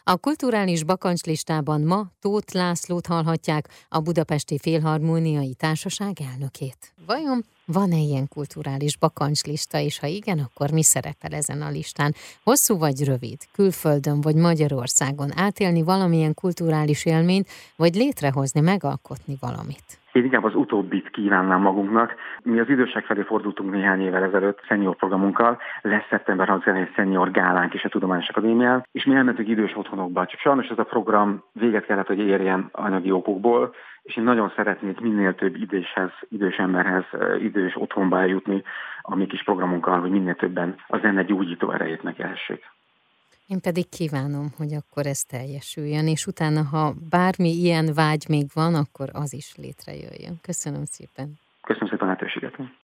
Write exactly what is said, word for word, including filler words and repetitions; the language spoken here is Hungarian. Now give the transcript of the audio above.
A kulturális bakancslistában ma Tóth Lászlót hallhatják, a Budapesti Filharmóniai Társaság elnökét. Vajon van-e ilyen kulturális bakancslista, és ha igen, akkor mi szerepel ezen a listán? Hosszú vagy rövid, külföldön vagy Magyarországon átélni valamilyen kulturális élményt, vagy létrehozni, megalkotni valamit? Én inkább az utóbbit kívánnám magunknak. Mi az idősek felé fordultunk néhány évvel ezelőtt szenior programunkkal, lesz szeptember harmincadikán egy szenior gálánk is a Tudományos Akadémián, és mi elmentünk idős otthonokba. Csak sajnos ez a program véget kellett, hogy érjen anyagi okokból, és én nagyon szeretnék minél több időshez, idős emberhez, idős otthonba eljutni a mi kis programunkkal, hogy minél többen az zene gyógyító erejét megélhessék. Én pedig kívánom, hogy akkor ez teljesüljön, és utána, ha bármi ilyen vágy még van, akkor az is létrejöjjön. Köszönöm szépen. Köszönöm szépen a lehetőséget.